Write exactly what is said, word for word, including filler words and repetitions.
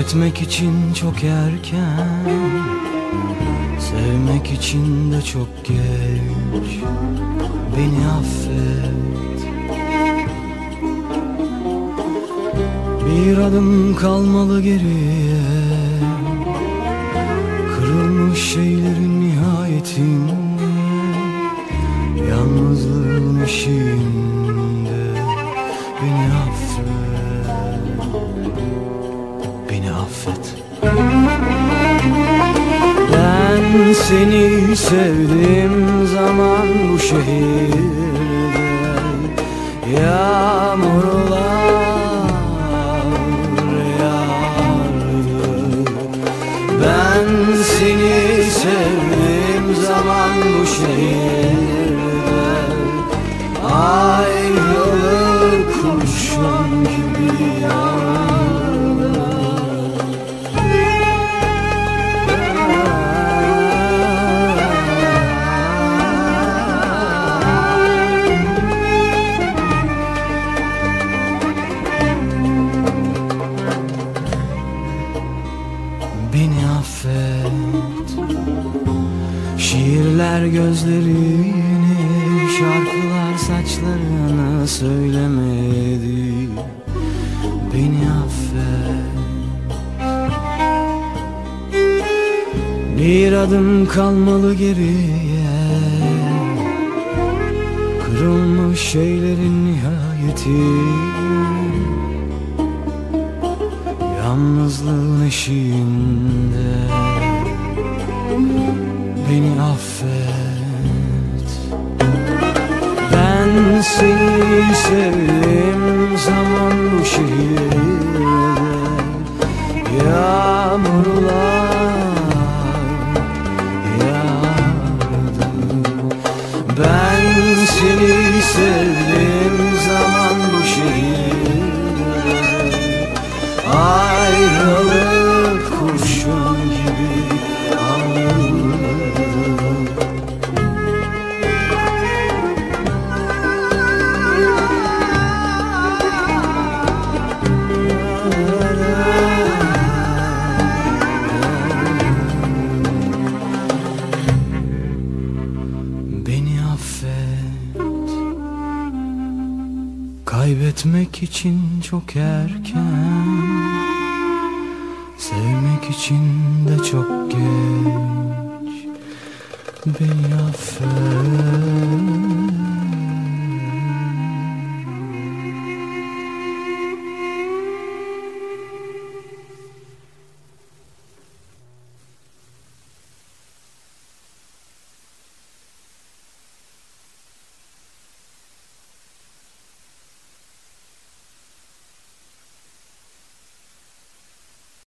Kaybetmek için çok erken, sevmek için de çok geç. Beni affet. Bir adım kalmalı geriye, kırılmış şeylerin nihayetinde, yalnızlığın eşiğinde. Beni affet, beni affet. Ben seni sevdiğim zaman bu şehirde yağmurlar yağardı. Ben seni sevdiğim zaman bu şehirde ayrılık kurşun gibi yağardı. Beni affet. Şiirler gözlerini, şarkılar saçlarını söylemedi. Beni affet. Bir adım kalmalı geriye, kırılmış şeylerin nihayeti, yalnızlığın eşiğinde. Beni affet. Ben seni sevdiğim zaman bu şehirde yağmurlar yağardı. Ben seni sevdiğim zaman bu şehirde ayrılık kurşun gibi ağırdı. Beni affet. Kaybetmek için çok erken, sevmek için de çok geç. Beni affet.